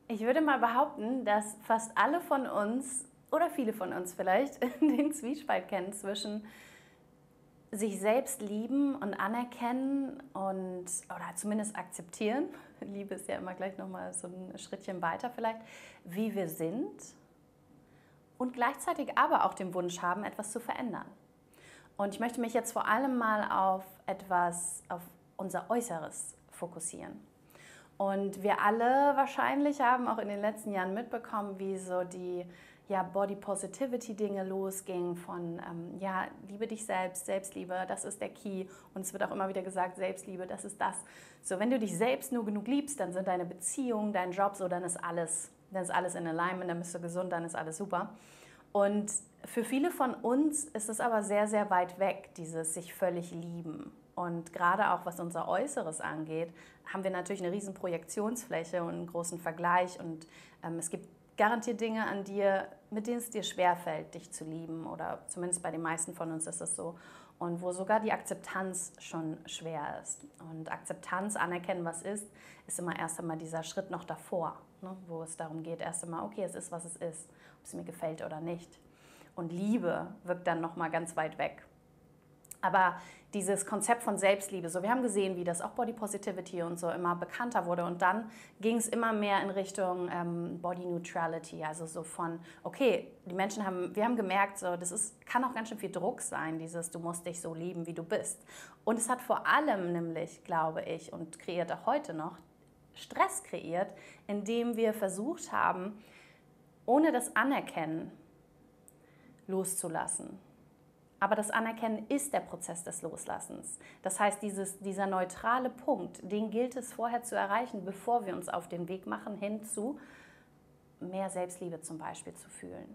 Ich würde mal behaupten, dass fast alle von uns oder viele von uns vielleicht den Zwiespalt kennen zwischen sich selbst lieben und anerkennen und oder zumindest akzeptieren. Liebe ist ja immer gleich nochmal so ein Schrittchen weiter vielleicht, wie wir sind und gleichzeitig aber auch den Wunsch haben, etwas zu verändern. Und ich möchte mich jetzt vor allem mal auf unser Äußeres fokussieren. Und wir alle wahrscheinlich haben auch in den letzten Jahren mitbekommen, wie so die Body Positivity Dinge losgingen von liebe dich selbst, Selbstliebe, das ist der Key. Und es wird auch immer wieder gesagt, Selbstliebe, das ist das. So, wenn du dich selbst nur genug liebst, dann sind deine Beziehungen, dein Job so, dann ist alles in Alignment, dann bist du gesund, dann ist alles super. Und für viele von uns ist es aber sehr, sehr weit weg, dieses sich völlig lieben. Und gerade auch was unser Äußeres angeht, haben wir natürlich eine riesen Projektionsfläche und einen großen Vergleich. Und es gibt garantiert Dinge an dir, mit denen es dir schwerfällt, dich zu lieben. Oder zumindest bei den meisten von uns ist es so. Und wo sogar die Akzeptanz schon schwer ist. Und Akzeptanz, anerkennen, was ist immer erst einmal dieser Schritt noch davor, ne? Wo es darum geht, erst einmal, okay, es ist, was es ist, ob es mir gefällt oder nicht. Und Liebe wirkt dann nochmal ganz weit weg. Aber dieses Konzept von Selbstliebe, so wir haben gesehen, wie das auch Body Positivity und so immer bekannter wurde und dann ging es immer mehr in Richtung Body Neutrality, also so von, okay, wir haben gemerkt, so kann auch ganz schön viel Druck sein, du musst dich so lieben, wie du bist. Und es hat vor allem nämlich, glaube ich, und kreiert auch heute noch, Stress kreiert, indem wir versucht haben, ohne das Anerkennen loszulassen. Aber das Anerkennen ist der Prozess des Loslassens. Das heißt, dieser neutrale Punkt, den gilt es vorher zu erreichen, bevor wir uns auf den Weg machen, hin zu mehr Selbstliebe zum Beispiel zu fühlen.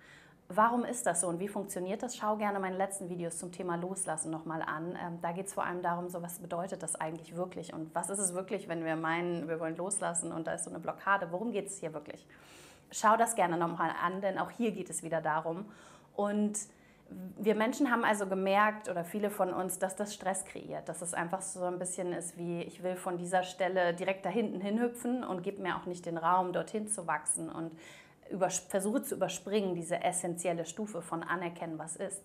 Warum ist das so und wie funktioniert das? Schau gerne meine letzten Videos zum Thema Loslassen nochmal an. Da geht es vor allem darum, so was bedeutet das eigentlich wirklich und was ist es wirklich, wenn wir meinen, wir wollen loslassen und da ist so eine Blockade. Worum geht es hier wirklich? Schau das gerne nochmal an, denn auch hier geht es wieder darum. Und wir Menschen haben also gemerkt, oder viele von uns, dass das Stress kreiert, dass es einfach so ein bisschen ist wie, ich will von dieser Stelle direkt da hinten hinhüpfen und gebe mir auch nicht den Raum, dorthin zu wachsen und versuche zu überspringen, diese essentielle Stufe von anerkennen, was ist.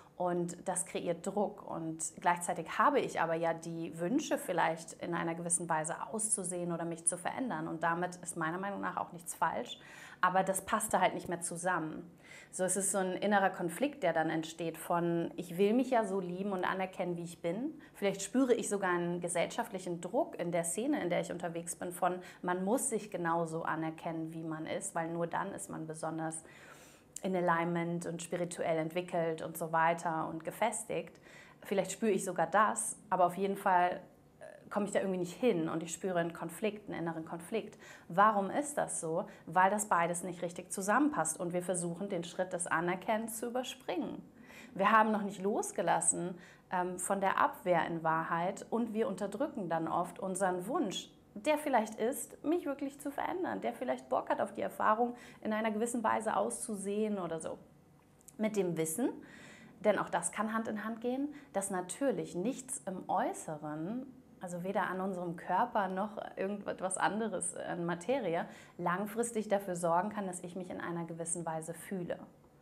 Und das kreiert Druck und gleichzeitig habe ich aber ja die Wünsche vielleicht in einer gewissen Weise auszusehen oder mich zu verändern und damit ist meiner Meinung nach auch nichts falsch, aber das passte halt nicht mehr zusammen. So, es ist so ein innerer Konflikt, der dann entsteht von, ich will mich ja so lieben und anerkennen, wie ich bin. Vielleicht spüre ich sogar einen gesellschaftlichen Druck in der Szene, in der ich unterwegs bin, von, man muss sich genauso anerkennen, wie man ist, weil nur dann ist man besonders in Alignment und spirituell entwickelt und so weiter und gefestigt. Vielleicht spüre ich sogar das, aber auf jeden Fall komme ich da irgendwie nicht hin und ich spüre einen Konflikt, einen inneren Konflikt. Warum ist das so? Weil das beides nicht richtig zusammenpasst und wir versuchen, den Schritt des Anerkennens zu überspringen. Wir haben noch nicht losgelassen von der Abwehr in Wahrheit und wir unterdrücken dann oft unseren Wunsch, der vielleicht ist, mich wirklich zu verändern, der vielleicht Bock hat auf die Erfahrung, in einer gewissen Weise auszusehen oder so. Mit dem Wissen, denn auch das kann Hand in Hand gehen, dass natürlich nichts im Äußeren, also weder an unserem Körper noch irgendetwas anderes an Materie, langfristig dafür sorgen kann, dass ich mich in einer gewissen Weise fühle.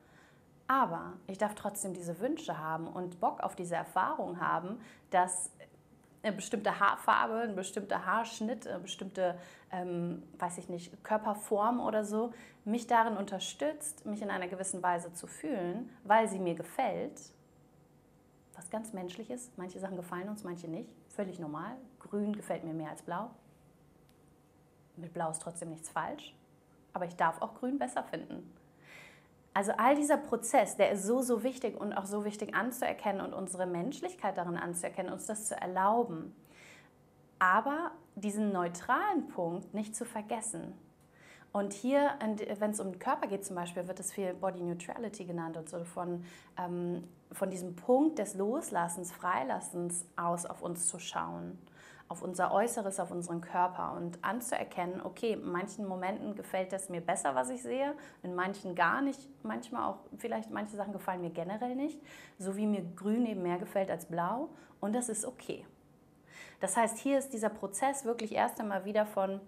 Aber ich darf trotzdem diese Wünsche haben und Bock auf diese Erfahrung haben, dass eine bestimmte Haarfarbe, ein bestimmter Haarschnitt, eine bestimmte, Körperform oder so, mich darin unterstützt, mich in einer gewissen Weise zu fühlen, weil sie mir gefällt, was ganz menschlich ist. Manche Sachen gefallen uns, manche nicht. Völlig normal. Grün gefällt mir mehr als Blau. Mit Blau ist trotzdem nichts falsch. Aber ich darf auch Grün besser finden. Also all dieser Prozess, der ist so, so wichtig und auch so wichtig anzuerkennen und unsere Menschlichkeit darin anzuerkennen, uns das zu erlauben. Aber diesen neutralen Punkt nicht zu vergessen. Und hier, wenn es um den Körper geht zum Beispiel, wird es viel Body Neutrality genannt und so von diesem Punkt des Loslassens, Freilassens aus auf uns zu schauen, auf unser Äußeres, auf unseren Körper und anzuerkennen, okay, in manchen Momenten gefällt es mir besser, was ich sehe, in manchen gar nicht, manchmal auch, vielleicht manche Sachen gefallen mir generell nicht, so wie mir Grün eben mehr gefällt als Blau und das ist okay. Das heißt, hier ist dieser Prozess wirklich erst einmal wieder von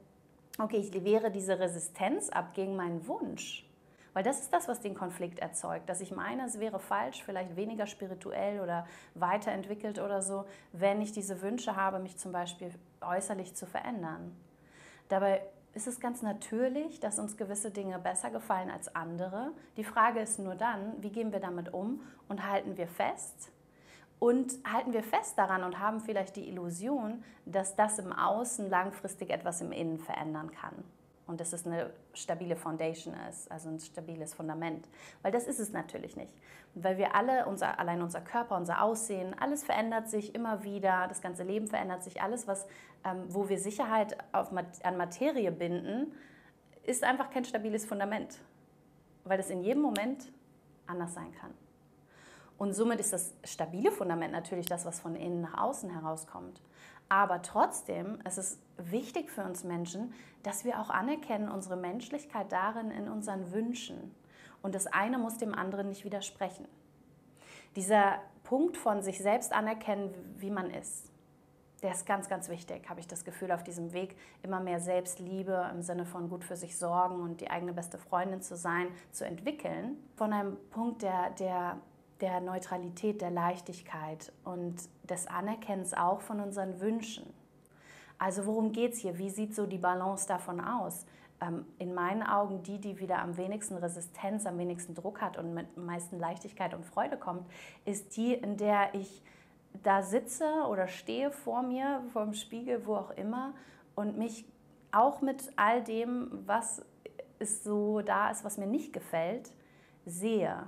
okay, ich wehre diese Resistenz ab gegen meinen Wunsch. Weil das ist das, was den Konflikt erzeugt. Dass ich meine, es wäre falsch, vielleicht weniger spirituell oder weiterentwickelt oder so, wenn ich diese Wünsche habe, mich zum Beispiel äußerlich zu verändern. Dabei ist es ganz natürlich, dass uns gewisse Dinge besser gefallen als andere. Die Frage ist nur dann, wie gehen wir damit um und halten wir fest? Und halten wir fest daran und haben vielleicht die Illusion, dass das im Außen langfristig etwas im Innen verändern kann. Und dass es eine stabile Foundation ist, also ein stabiles Fundament. Weil das ist es natürlich nicht. Weil wir alle, allein unser Körper, unser Aussehen, alles verändert sich immer wieder, das ganze Leben verändert sich, alles, wo wir Sicherheit an Materie binden, ist einfach kein stabiles Fundament. Weil das in jedem Moment anders sein kann. Und somit ist das stabile Fundament natürlich das, was von innen nach außen herauskommt. Aber trotzdem ist es wichtig für uns Menschen, dass wir auch anerkennen, unsere Menschlichkeit darin in unseren Wünschen. Und das eine muss dem anderen nicht widersprechen. Dieser Punkt von sich selbst anerkennen, wie man ist, der ist ganz, ganz wichtig, habe ich das Gefühl, auf diesem Weg immer mehr Selbstliebe im Sinne von gut für sich sorgen und die eigene beste Freundin zu sein, zu entwickeln. Von einem Punkt der Neutralität, der Leichtigkeit und des Anerkennens auch von unseren Wünschen. Also worum geht es hier? Wie sieht so die Balance davon aus? In meinen Augen die wieder am wenigsten Resistenz, am wenigsten Druck hat und mit am meisten Leichtigkeit und Freude kommt, ist die, in der ich da sitze oder stehe vor mir, vor dem Spiegel, wo auch immer und mich auch mit all dem, was so da ist, was mir nicht gefällt, sehe.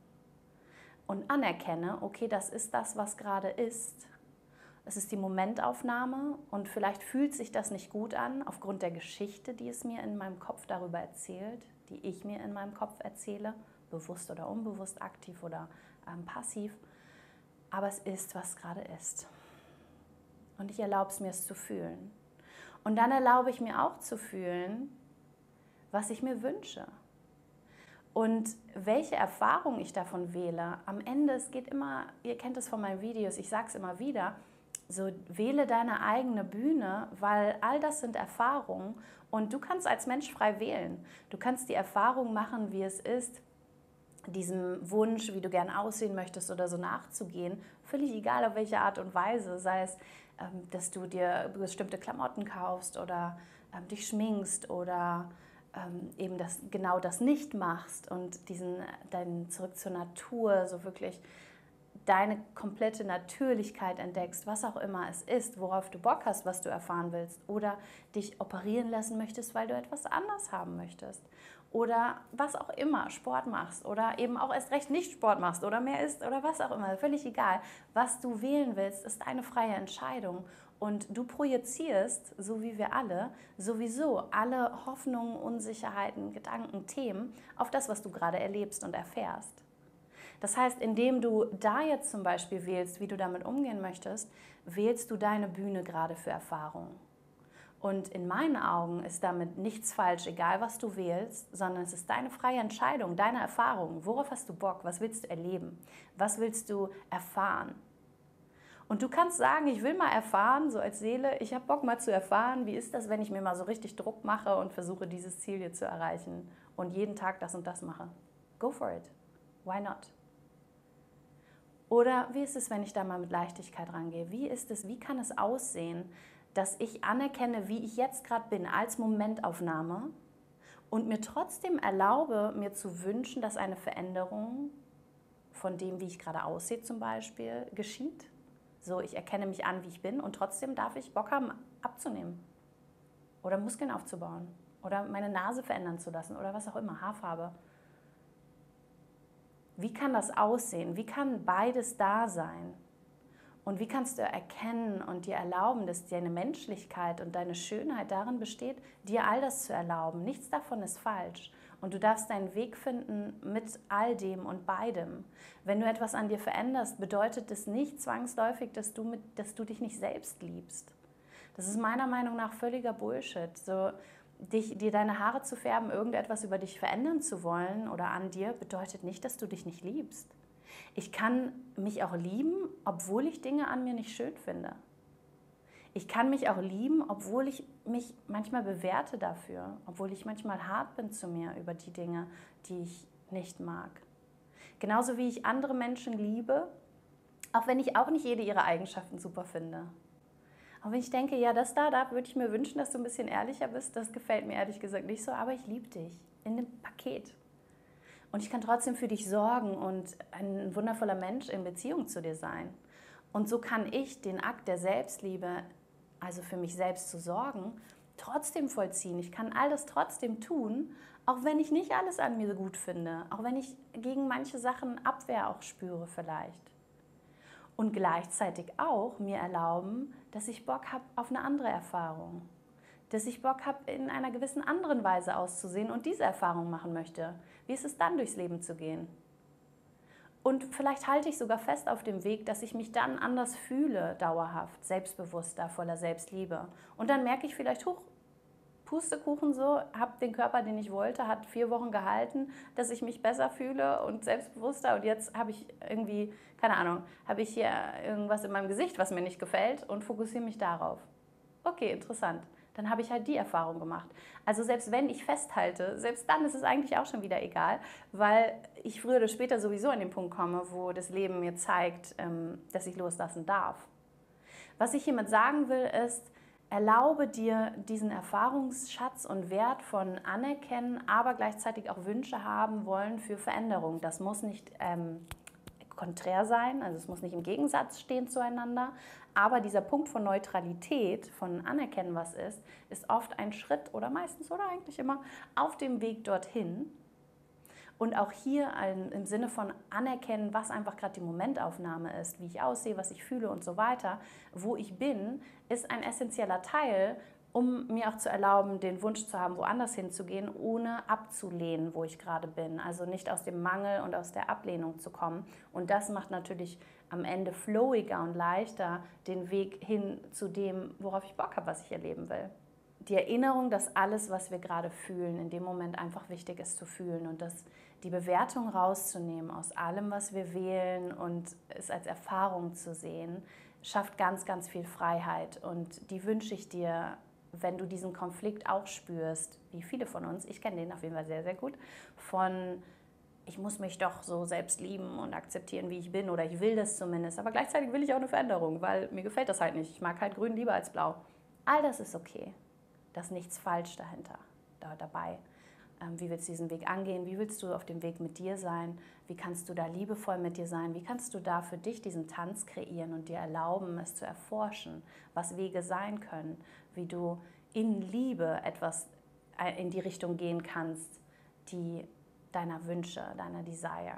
Und anerkenne, okay, das ist das, was gerade ist. Es ist die Momentaufnahme und vielleicht fühlt sich das nicht gut an, aufgrund der Geschichte, die es mir in meinem Kopf darüber erzählt, die ich mir in meinem Kopf erzähle, bewusst oder unbewusst, aktiv oder passiv. Aber es ist, was gerade ist. Und ich erlaube es mir, es zu fühlen. Und dann erlaube ich mir auch zu fühlen, was ich mir wünsche. Und welche Erfahrung ich davon wähle, am Ende, es geht immer, ihr kennt es von meinen Videos, ich sage es immer wieder, so wähle deine eigene Bühne, weil all das sind Erfahrungen und du kannst als Mensch frei wählen. Du kannst die Erfahrung machen, wie es ist, diesem Wunsch, wie du gern aussehen möchtest oder so nachzugehen, völlig egal auf welche Art und Weise, sei es, dass du dir bestimmte Klamotten kaufst oder dich schminkst oder eben genau das nicht machst und deinen zurück zur Natur, so wirklich deine komplette Natürlichkeit entdeckst, was auch immer es ist, worauf du Bock hast, was du erfahren willst oder dich operieren lassen möchtest, weil du etwas anders haben möchtest oder was auch immer, Sport machst oder eben auch erst recht nicht Sport machst oder mehr isst oder was auch immer, völlig egal. Was du wählen willst, ist eine freie Entscheidung. Und du projizierst, so wie wir alle, sowieso alle Hoffnungen, Unsicherheiten, Gedanken, Themen auf das, was du gerade erlebst und erfährst. Das heißt, indem du da jetzt zum Beispiel wählst, wie du damit umgehen möchtest, wählst du deine Bühne gerade für Erfahrungen. Und in meinen Augen ist damit nichts falsch, egal was du wählst, sondern es ist deine freie Entscheidung, deine Erfahrung. Worauf hast du Bock? Was willst du erleben? Was willst du erfahren? Und du kannst sagen, ich will mal erfahren, so als Seele, ich habe Bock mal zu erfahren, wie ist das, wenn ich mir mal so richtig Druck mache und versuche, dieses Ziel hier zu erreichen und jeden Tag das und das mache. Go for it. Why not? Oder wie ist es, wenn ich da mal mit Leichtigkeit rangehe? Wie kann es aussehen, dass ich anerkenne, wie ich jetzt gerade bin, als Momentaufnahme und mir trotzdem erlaube, mir zu wünschen, dass eine Veränderung von dem, wie ich gerade aussehe zum Beispiel, geschieht? So, ich erkenne mich an, wie ich bin und trotzdem darf ich Bock haben, abzunehmen oder Muskeln aufzubauen oder meine Nase verändern zu lassen oder was auch immer, Haarfarbe. Wie kann das aussehen? Wie kann beides da sein? Und wie kannst du erkennen und dir erlauben, dass deine Menschlichkeit und deine Schönheit darin besteht, dir all das zu erlauben? Nichts davon ist falsch. Und du darfst deinen Weg finden mit all dem und beidem. Wenn du etwas an dir veränderst, bedeutet das nicht zwangsläufig, dass du dich nicht selbst liebst. Das ist meiner Meinung nach völliger Bullshit. So, dir deine Haare zu färben, irgendetwas über dich verändern zu wollen oder an dir, bedeutet nicht, dass du dich nicht liebst. Ich kann mich auch lieben, obwohl ich Dinge an mir nicht schön finde. Ich kann mich auch lieben, obwohl ich mich manchmal bewerte dafür, obwohl ich manchmal hart bin zu mir über die Dinge, die ich nicht mag. Genauso wie ich andere Menschen liebe, auch wenn ich auch nicht jede ihrer Eigenschaften super finde. Auch wenn ich denke, ja, da würde ich mir wünschen, dass du ein bisschen ehrlicher bist, das gefällt mir ehrlich gesagt nicht so, aber ich liebe dich in dem Paket. Und ich kann trotzdem für dich sorgen und ein wundervoller Mensch in Beziehung zu dir sein. Und so kann ich den Akt der Selbstliebe, also für mich selbst zu sorgen, trotzdem vollziehen. Ich kann all das trotzdem tun, auch wenn ich nicht alles an mir so gut finde, auch wenn ich gegen manche Sachen Abwehr auch spüre vielleicht. Und gleichzeitig auch mir erlauben, dass ich Bock habe auf eine andere Erfahrung. Dass ich Bock habe, in einer gewissen anderen Weise auszusehen und diese Erfahrung machen möchte. Wie ist es dann, durchs Leben zu gehen? Und vielleicht halte ich sogar fest auf dem Weg, dass ich mich dann anders fühle, dauerhaft, selbstbewusster, voller Selbstliebe. Und dann merke ich vielleicht, huch, Pustekuchen so, habe den Körper, den ich wollte, hat 4 Wochen gehalten, dass ich mich besser fühle und selbstbewusster. Und jetzt habe ich irgendwie, keine Ahnung, habe ich hier irgendwas in meinem Gesicht, was mir nicht gefällt und fokussiere mich darauf. Okay, interessant. Dann habe ich halt die Erfahrung gemacht. Also selbst wenn ich festhalte, selbst dann ist es eigentlich auch schon wieder egal, weil ich früher oder später sowieso an den Punkt komme, wo das Leben mir zeigt, dass ich loslassen darf. Was ich hiermit sagen will, ist, erlaube dir diesen Erfahrungsschatz und Wert von Anerkennen, aber gleichzeitig auch Wünsche haben wollen für Veränderung. Das muss nicht konträr sein, also es muss nicht im Gegensatz stehen zueinander, aber dieser Punkt von Neutralität, von Anerkennen, was ist oft ein Schritt oder meistens oder eigentlich immer auf dem Weg dorthin. Und auch hier im Sinne von anerkennen, was einfach gerade die Momentaufnahme ist, wie ich aussehe, was ich fühle und so weiter, wo ich bin, ist ein essentieller Teil, um mir auch zu erlauben, den Wunsch zu haben, woanders hinzugehen, ohne abzulehnen, wo ich gerade bin. Also nicht aus dem Mangel und aus der Ablehnung zu kommen. Und das macht natürlich am Ende flowiger und leichter den Weg hin zu dem, worauf ich Bock habe, was ich erleben will. Die Erinnerung, dass alles, was wir gerade fühlen, in dem Moment einfach wichtig ist zu fühlen und dass die Bewertung rauszunehmen aus allem, was wir wählen und es als Erfahrung zu sehen, schafft ganz, ganz viel Freiheit. Und die wünsche ich dir, wenn du diesen Konflikt auch spürst, wie viele von uns, ich kenne den auf jeden Fall sehr, sehr gut, von ich muss mich doch so selbst lieben und akzeptieren, wie ich bin, oder ich will das zumindest, aber gleichzeitig will ich auch eine Veränderung, weil mir gefällt das halt nicht. Ich mag halt grün lieber als blau. All das ist okay. Da ist nichts falsch dabei. Wie willst du diesen Weg angehen? Wie willst du auf dem Weg mit dir sein? Wie kannst du da liebevoll mit dir sein? Wie kannst du da für dich diesen Tanz kreieren und dir erlauben, es zu erforschen, was Wege sein können? Wie du in Liebe etwas in die Richtung gehen kannst, die deiner Wünsche, deiner Desire.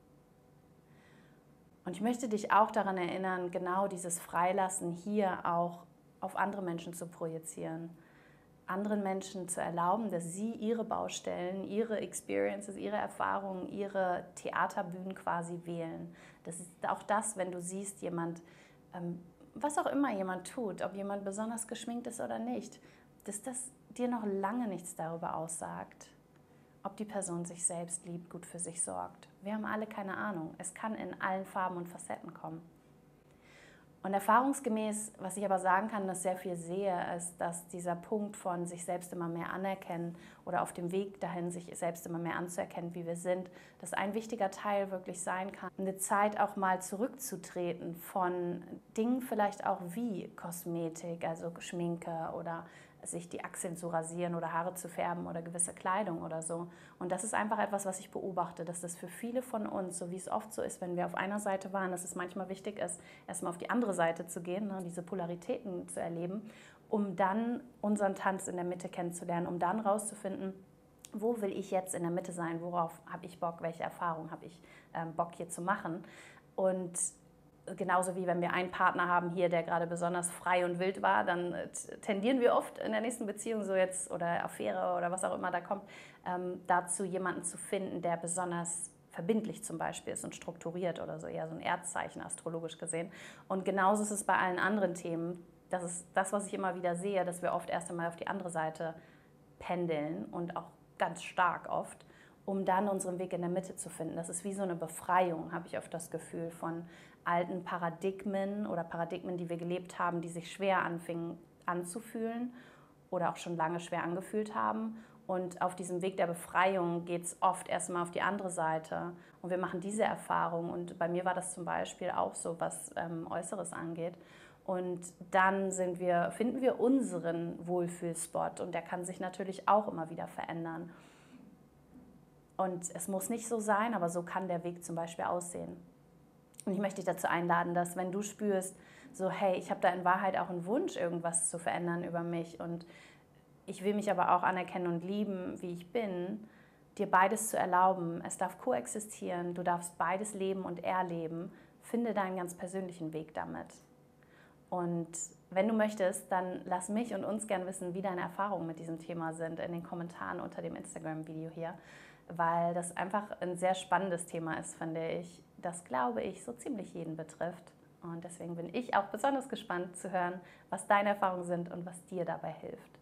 Und ich möchte dich auch daran erinnern, genau dieses Freilassen hier auch auf andere Menschen zu projizieren. Anderen Menschen zu erlauben, dass sie ihre Baustellen, ihre Experiences, ihre Erfahrungen, ihre Theaterbühnen quasi wählen. Das ist auch das, wenn du siehst, jemand, was auch immer jemand tut, ob jemand besonders geschminkt ist oder nicht, dass das dir noch lange nichts darüber aussagt, ob die Person sich selbst liebt, gut für sich sorgt. Wir haben alle keine Ahnung. Es kann in allen Farben und Facetten kommen. Und erfahrungsgemäß, was ich aber sagen kann, dass sehr viel sehe, ist, dass dieser Punkt von sich selbst immer mehr anerkennen oder auf dem Weg dahin, sich selbst immer mehr anzuerkennen, wie wir sind, dass ein wichtiger Teil wirklich sein kann, eine Zeit auch mal zurückzutreten von Dingen vielleicht auch wie Kosmetik, also Schminke oder sich die Achseln zu rasieren oder Haare zu färben oder gewisse Kleidung oder so. Und das ist einfach etwas, was ich beobachte, dass das für viele von uns, so wie es oft so ist, wenn wir auf einer Seite waren, dass es manchmal wichtig ist, erstmal auf die andere Seite zu gehen, ne, diese Polaritäten zu erleben, um dann unseren Tanz in der Mitte kennenzulernen, um dann rauszufinden, wo will ich jetzt in der Mitte sein, worauf habe ich Bock, welche Erfahrung habe ich Bock hier zu machen. Und genauso wie wenn wir einen Partner haben hier, der gerade besonders frei und wild war, dann tendieren wir oft in der nächsten Beziehung so jetzt oder Affäre oder was auch immer da kommt, dazu jemanden zu finden, der besonders verbindlich zum Beispiel ist und strukturiert oder so, eher so ein Erdzeichen astrologisch gesehen. Und genauso ist es bei allen anderen Themen. Das ist das, was ich immer wieder sehe, dass wir oft erst einmal auf die andere Seite pendeln und auch ganz stark oft, um dann unseren Weg in der Mitte zu finden. Das ist wie so eine Befreiung, habe ich oft das Gefühl, von alten Paradigmen oder Paradigmen, die wir gelebt haben, die sich schwer anfingen anzufühlen oder auch schon lange schwer angefühlt haben. Und auf diesem Weg der Befreiung geht es oft erstmal auf die andere Seite. Und wir machen diese Erfahrung. Und bei mir war das zum Beispiel auch so, was Äußeres angeht. Und dann finden wir unseren Wohlfühlspot. Und der kann sich natürlich auch immer wieder verändern. Und es muss nicht so sein, aber so kann der Weg zum Beispiel aussehen. Und ich möchte dich dazu einladen, dass wenn du spürst, so hey, ich habe da in Wahrheit auch einen Wunsch, irgendwas zu verändern über mich und ich will mich aber auch anerkennen und lieben, wie ich bin, dir beides zu erlauben. Es darf koexistieren, du darfst beides leben und erleben. Finde deinen ganz persönlichen Weg damit. Und wenn du möchtest, dann lass mich und uns gern wissen, wie deine Erfahrungen mit diesem Thema sind in den Kommentaren unter dem Instagram-Video hier, weil das einfach ein sehr spannendes Thema ist, finde ich, das, glaube ich, so ziemlich jeden betrifft. Und deswegen bin ich auch besonders gespannt zu hören, was deine Erfahrungen sind und was dir dabei hilft.